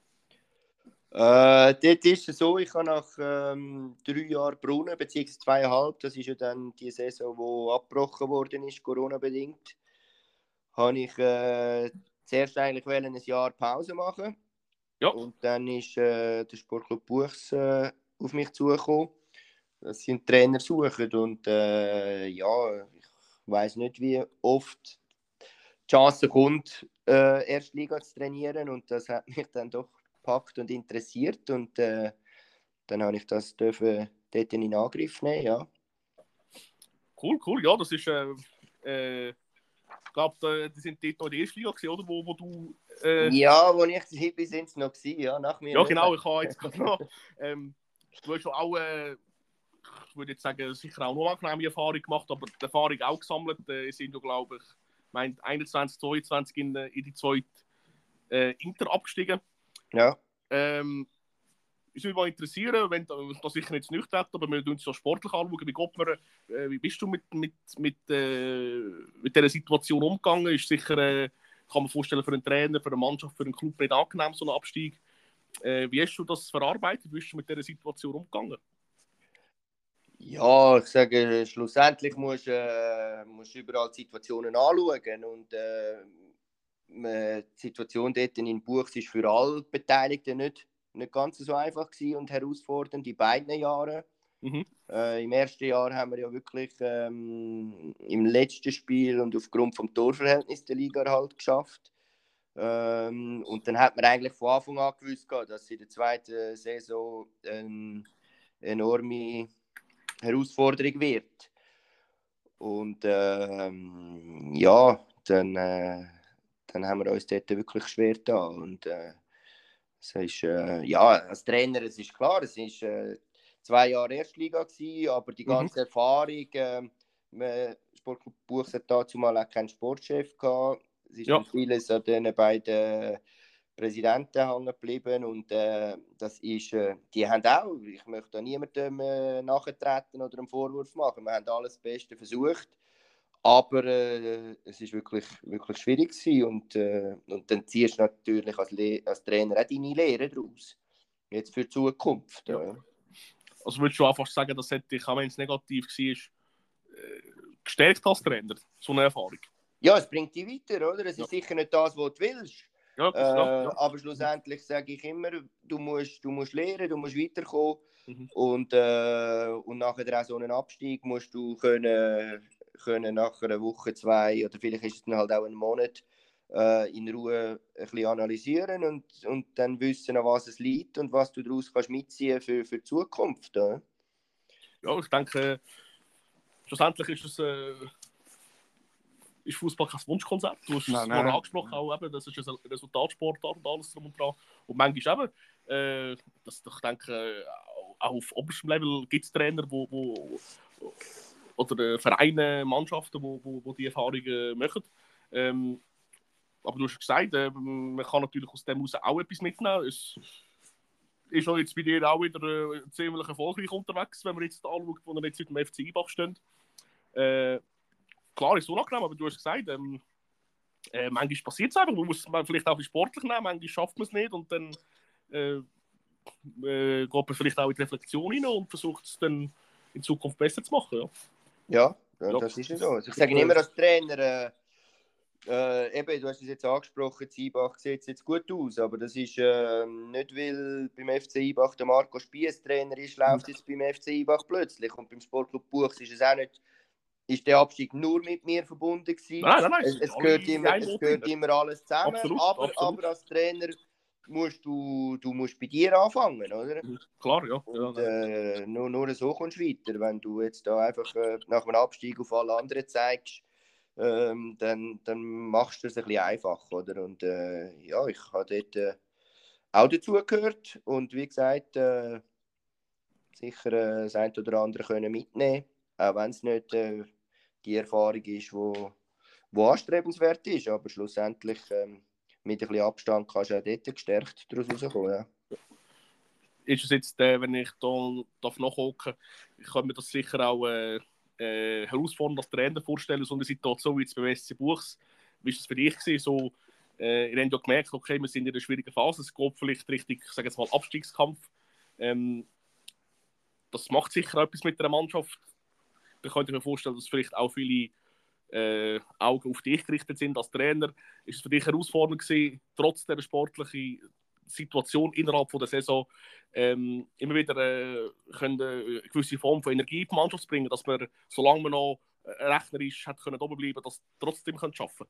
Dort ist es so, ich habe nach 3 Jahren Brunnen, beziehungsweise 2,5, das ist ja dann die Saison, die abgebrochen worden ist, Corona-bedingt, habe ich zuerst eigentlich ein Jahr Pause machen. Ja. Und dann ist der Sportclub Buchs auf mich zugekommen, dass sie einen Trainer suchen. Und ja, ich weiss nicht, wie oft die Chance kommt, Erstliga zu trainieren. Und das hat mich dann doch gepackt und interessiert. Und dann habe ich das dort in Angriff nehmen, ja. Cool. Ja, das ist... ich glaube, die sind dort noch in der ersten Liga gewesen, oder? Wo du... Ja, wo ich dabei bin, sind es noch gewesen, ja, nach mir. Ja, genau, ich habe jetzt gerade noch... du hast ja auch, ich würde jetzt sagen, sicher auch noch angenehme Erfahrung gemacht, aber die Erfahrung auch gesammelt. Sind ja, glaube ich, 21, 22 in die zweite Inter abgestiegen. Ja. Ich würde mal interessieren, wenn das sicher jetzt nicht hat, aber wir uns so sportlich anschauen, wie bist du mit dieser Situation umgegangen? Ist sicher, kann man vorstellen, für einen Trainer, für eine Mannschaft, für einen Club nicht angenehm, so ein Abstieg. Wie hast du das verarbeitet? Wie bist du mit dieser Situation umgegangen? Ja, ich sage, schlussendlich musst du überall die Situationen anschauen. Und die Situation dort in Buchs ist für alle Beteiligten nicht ganz so einfach gewesen und herausfordernd in beiden Jahren. Mhm. Im ersten Jahr haben wir ja wirklich im letzten Spiel und aufgrund vom Torverhältnis der Liga halt geschafft. Und dann hat man eigentlich von Anfang an gewusst, dass in der zweiten Saison eine enorme Herausforderung wird. Und ja, dann haben wir uns dort wirklich schwer getan. Und es ist, ja, als Trainer, es ist klar, es ist 2 Jahre Erstliga gewesen, aber die ganze Erfahrung, Sportclub Buchs hat dazu mal auch keinen Sportchef gehabt. Es ist vieles an den beiden Präsidenten hängen geblieben und das ist, die haben auch, ich möchte da niemandem nachtreten oder einen Vorwurf machen, wir haben alles das Beste versucht, aber es ist wirklich schwierig gewesen und dann ziehst du natürlich als Trainer auch deine Lehre daraus, jetzt für die Zukunft. Ja. Also würdest du einfach sagen, dass es dich, auch wenn es negativ war, gestärkt als Trainer, so eine Erfahrung? Ja, es bringt dich weiter, oder? Es ist sicher nicht das, was du willst. Ja, klar. Aber schlussendlich sage ich immer, du musst lernen, du musst weiterkommen. Und nachher auch so einen Abstieg musst du können nach einer Woche, 2 oder vielleicht ist es dann halt auch ein Monat in Ruhe ein bisschen analysieren und dann wissen, an was es liegt und was du daraus kannst mitziehen für die Zukunft. Ja, ich denke, schlussendlich ist Fußball kein Wunschkonzept. Du hast es vorher angesprochen, auch eben, das ist ein Resultatsportart und alles drum und dran. Und manchmal eben, ich denke, auch auf oberstem Level gibt es Trainer, oder Vereine, Mannschaften, die die Erfahrungen machen. Aber du hast gesagt, man kann natürlich aus dem heraus auch etwas mitnehmen. Es ist auch jetzt bei dir auch wieder ziemlich erfolgreich unterwegs, wenn man jetzt anschaut, wo er jetzt mit dem FC Ibach steht. Klar, ist es unangenehm, aber du hast gesagt, manchmal passiert es einfach, man muss man vielleicht auch sportlich nehmen, manchmal schafft man es nicht und dann geht man vielleicht auch in die Reflexion rein und versucht es dann in Zukunft besser zu machen. Ja, Ja, das ist ja so. Also ich sage immer als Trainer, eben, du hast es jetzt angesprochen, Ibach sieht jetzt gut aus, aber das ist nicht, weil beim FC Ibach der Marco Spiess Trainer ist, läuft jetzt beim FC Ibach plötzlich. Und beim Sportclub Buchs ist es auch nicht, ist der Abstieg nur mit mir verbunden gewesen. Nein, Es gehört immer alles zusammen, absolut. aber als Trainer musst du musst bei dir anfangen, oder? Klar, ja. Und, nur so kommst du weiter. Wenn du jetzt da einfach nach einem Abstieg auf alle anderen zeigst, dann machst du es ein bisschen einfach, oder? Und ja, ich habe dort auch dazugehört und wie gesagt, sicher das eine oder andere können mitnehmen, auch wenn es nicht die Erfahrung ist, wo anstrebenswert ist, aber schlussendlich mit ein bisschen Abstand kannst du auch dort gestärkt daraus rauskommen. Ja. Ist es jetzt, wenn ich da nachgucken, ich kann mir das sicher auch herausfordernd als Trainer vorstellen, so eine Situation wie jetzt beim SC Buchs. Wie war das für dich gewesen? So, ihr habt ja gemerkt, okay, wir sind in einer schwierigen Phase, es geht vielleicht richtig, ich sage jetzt mal, Abstiegskampf. Das macht sicher etwas mit der Mannschaft. Da könnte ich mir vorstellen, dass vielleicht auch viele Augen auf dich gerichtet sind als Trainer. Ist es für dich herausfordernd gewesen, trotz der sportlichen Situation innerhalb von der Saison immer wieder eine gewisse Form von Energie in die Mannschaft zu bringen, dass man, solange man noch rechnerisch hat können oben bleiben, das trotzdem schaffen?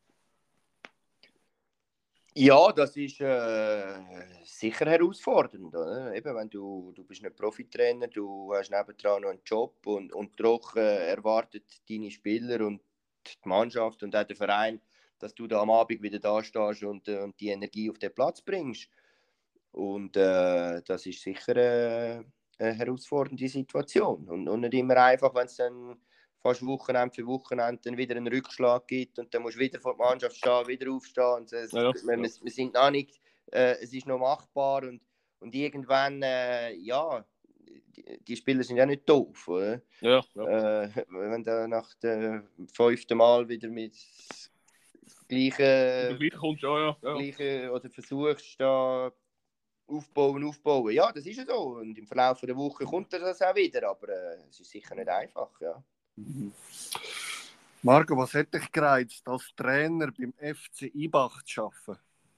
Ja, das ist sicher herausfordernd. Oder? Eben, wenn du bist nicht Profitrainer, du hast nebendran noch einen Job und doch erwartet deine Spieler und die Mannschaft und auch der Verein, dass du da am Abend wieder da stehst und die Energie auf den Platz bringst. Und das ist sicher eine herausfordernde Situation. Und nicht immer einfach, wenn es dann fast Wochenende für Wochenende dann wieder einen Rückschlag gibt und dann musst du wieder vor der Mannschaft stehen, wieder aufstehen. Und wir sind noch nicht, es ist noch machbar und irgendwann, ja, die Spieler sind ja nicht doof, oder? Ja. Wenn du nach dem 5. Mal wieder mit gleiche kommst, gleiche oder versuchst da aufbauen. Ja, das ist ja so. Und im Verlauf der Woche kommt das auch wieder, aber es ist sicher nicht einfach, ja. Marco, was hätte dich gereizt, als Trainer beim FC Ibach zu arbeiten?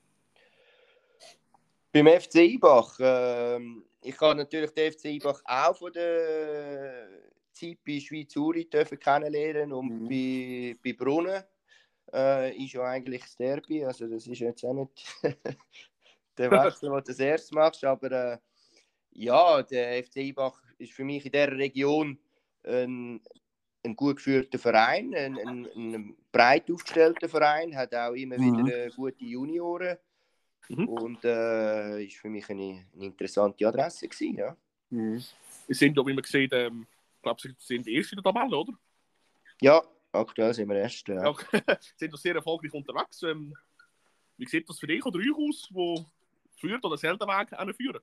Beim FC Ibach, ich habe natürlich den FC Ibach auch von der Zeit bei Schweiz Uri kennenlernen und bei Brunnen ist ja eigentlich das Derby, also das ist jetzt auch nicht der Wechsel, den du das erste machst, aber ja, der FC Ibach ist für mich in dieser Region ein gut geführter Verein, ein breit aufgestellter Verein, hat auch immer wieder gute Junioren. Und ist für mich eine interessante Adresse gewesen, ja. Wir sind, wie man sieht, ich glaube, sie sind erst in der Tabelle, oder? Ja, aktuell sind wir erst. Ja. Sind doch sehr erfolgreich unterwegs. Wie sieht das für dich oder euch aus, wo führt oder selten Weg führen?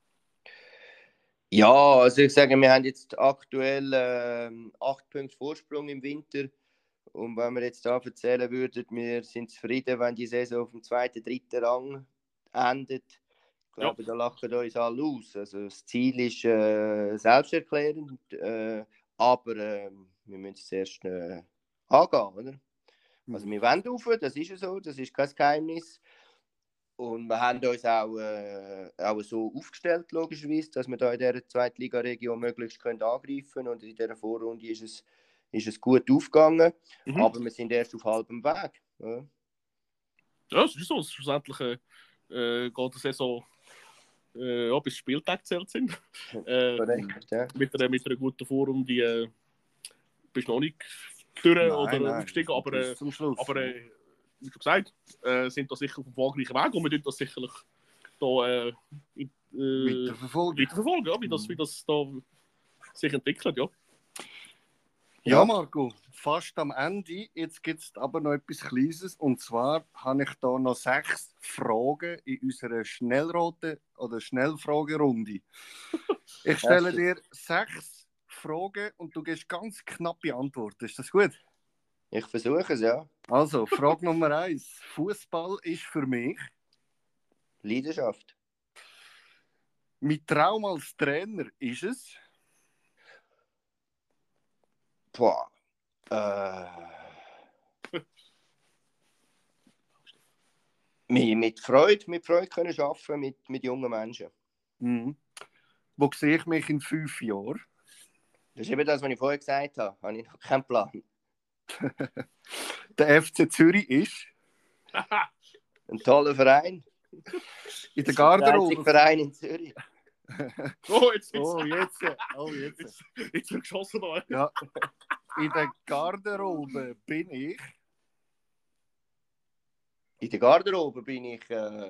Ja, also ich sage, wir haben jetzt aktuell 8 Punkte Vorsprung im Winter. Und wenn wir jetzt da erzählen würden, wir sind zufrieden, wenn die Saison auf dem 2., 3. Rang endet. Ich glaube, da lachen uns alle aus. Also das Ziel ist selbsterklärend, aber wir müssen es erst angehen, oder? Also wir wollen rauf, das ist ja so, das ist kein Geheimnis. Und wir haben uns auch so aufgestellt, logischerweise, dass wir da in dieser Zweitligaregion möglichst angreifen können. Und in dieser Vorrunde ist es gut aufgegangen, aber wir sind erst auf halbem Weg. Ja, das ist so. Schlussendlich geht die Saison bis Spieltag zählt sind. Korrekt, ja. Mit einer guten Vorrunde bist du noch nicht durch oder aufgestiegen, aber wie schon gesagt, sind da sicher auf dem erfolgreichen Weg und wir tun das sicherlich da weiterverfolgen, ja, wie das da sich entwickelt, ja. Ja, Marco, fast am Ende. Jetzt gibt es aber noch etwas Kleines. Und zwar habe ich da noch 6 Fragen in unserer Schnellfragerunde. Ich stelle dir 6 Fragen und du gibst ganz knappe Antworten. Ist das gut? Ich versuche es, ja. Also, Frage Nummer 1. Fußball ist für mich Leidenschaft. Mein Traum als Trainer ist es? Mit Freude können arbeiten mit jungen Menschen. Mhm. Wo sehe ich mich in 5 Jahren? Das ist eben das, was ich vorher gesagt habe. Habe ich noch keinen Plan. Der FC Zürich ist Ein toller Verein. in der Der einzige Garderobe. Verein in Zürich. Jetzt wird geschossen da. Ja. In der Garderobe bin ich. In der Garderobe bin ich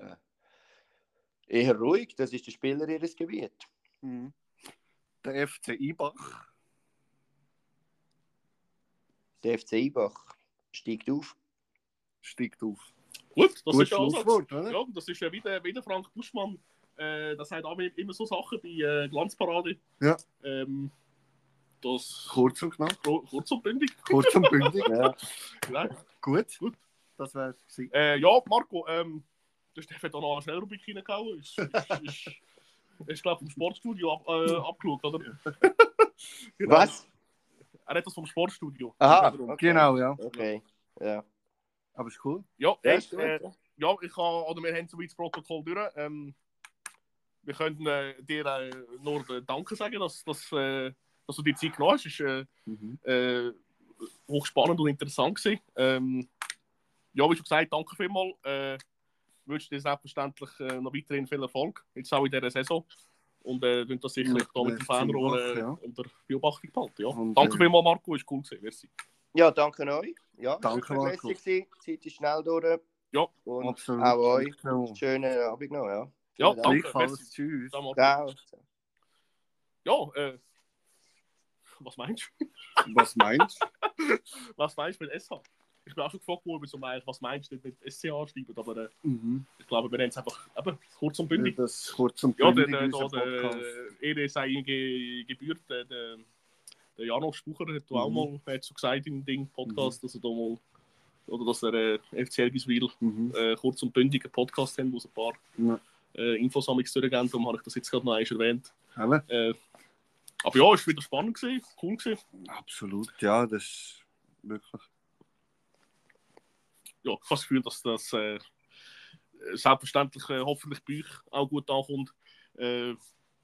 eher ruhig. Das ist der Spieler ihres Gebiet. Mhm. Der FC Ibach. Der FC Ibach steigt auf. Steigt auf. Gut, das Gut ist ja auch so. Schlusswort, oder? Ja, das ist ja wieder Frank Buschmann. Das hat auch immer so Sachen bei Glanzparade. Ja. Das Kurz und knapp. kurz und bündig. Kurz und bündig. Ja. Genau. Gut. Gut. Das wäre es. Ja, Marco, der Steff hat da noch eine Schnellrubrik reingehauen. Ist glaube ich, vom Sportstudio abgeschaut, oder? Genau. Was? Er hat das vom Sportstudio. Aha, okay. Genau, ja. Okay. Ja. Aber ist cool. Ja, Ja, hey, ist gut, ja. ja, wir haben soweit das Protokoll durch. Wir können dir nur Danke sagen, dass du die Zeit genommen hast. Es war hochspannend und interessant gewesen. Ja, wie schon gesagt, danke vielmals. Ich wünsche dir selbstverständlich noch weiterhin viel Erfolg, jetzt auch in dieser Saison. Und das sicherlich da mit dem Fanrohr unter Beobachtung behalten. Ja. Und, Danke vielmals, Marco, ist cool gewesen. Merci. Ja, danke euch. Ja, Danke, es war Marco. lässig gewesen. Die Zeit ist schnell durch. Ja, Und absolut. auch euch. Genau. Schönen Abend noch, ja. Ja, Vielen Dank. danke. Gleichfalls. Merci. Tschüss. Da, Marco. Ciao. Ja, was meinst du? Was meinst du? Was meinst du mit SH? Ich bin auch schon gefragt worden, so, was meinst du mit SCH schreiben, aber ich glaube, wir nennen es einfach kurz und bündig. Das kurz und Ja, bündig. der Ehre sei gebührt, der Janosch Spucher hat auch mal so gesagt in dem Podcast, dass er da mal, oder dass er FC Elgiswil kurz und bündig einen Podcast haben, wo es ein paar Infos durchgehen, darum habe ich das jetzt gerade noch einmal erwähnt. Aber ja, es war wieder spannend gewesen, cool gewesen. Absolut, ja, das ist wirklich. Ja, ich habe das Gefühl, dass das selbstverständlich hoffentlich bei euch auch gut ankommt. Ja,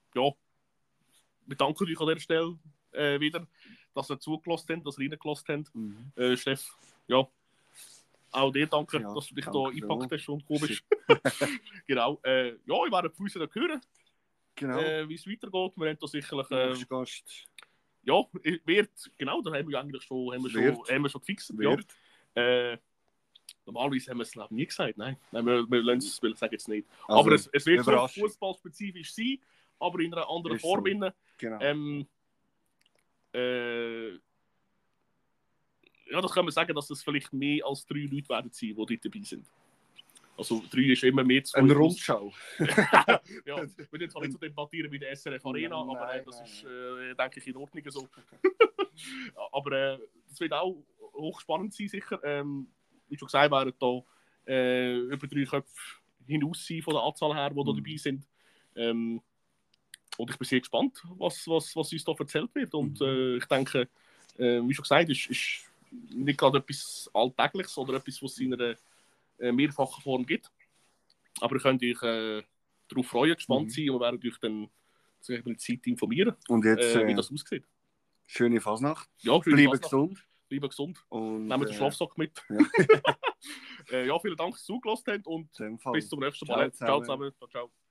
wir danken euch an dieser Stelle wieder, dass ihr zugelassen habt, dass ihr reingelassen habt. Steff, ja, auch dir danke, dass du dich da eingepackt hast und gekommen bist. Genau. Ja, ich werde von uns dann hören, wie es weitergeht. Wir haben da sicherlich... Gast. Ja, wird, genau, da haben wir eigentlich schon gefixt. Ja. Normalerweise haben wir es nie gesagt, nein wir lassen es, will ich sagen jetzt nicht. Also, aber es wird so fußballspezifisch sein, aber in einer anderen Form. So. Genau. Ja, das kann man sagen, dass das vielleicht mehr als 3 Leute werden sein, die dort dabei sind. Also 3 ist immer mehr zu eine Rundschau. Ja, wir dürfen zwar nicht so debattieren wie der SRF Arena, aber das ist, denke ich, in Ordnung so. Aber das wird auch hochspannend sein, sicher. Wie schon gesagt, werden da über 3 Köpfe hinaus sein von der Anzahl her, die da dabei sind. Und ich bin sehr gespannt, was uns da erzählt wird. Und ich denke, wie schon gesagt, ist nicht gerade etwas Alltägliches oder etwas, was es in einer mehrfachen Form gibt. Aber ihr könnt euch darauf freuen, gespannt sein und wir werden euch dann mit der Zeit informieren, und jetzt, wie das aussieht. Schöne Fasnacht. Ja, bleiben gesund. Bleiben gesund. Und, nehmen den Schlafsack mit. Ja. Ja, vielen Dank, dass ihr zugelassen habt und bis zum nächsten Mal. Ciao zusammen. Ciao.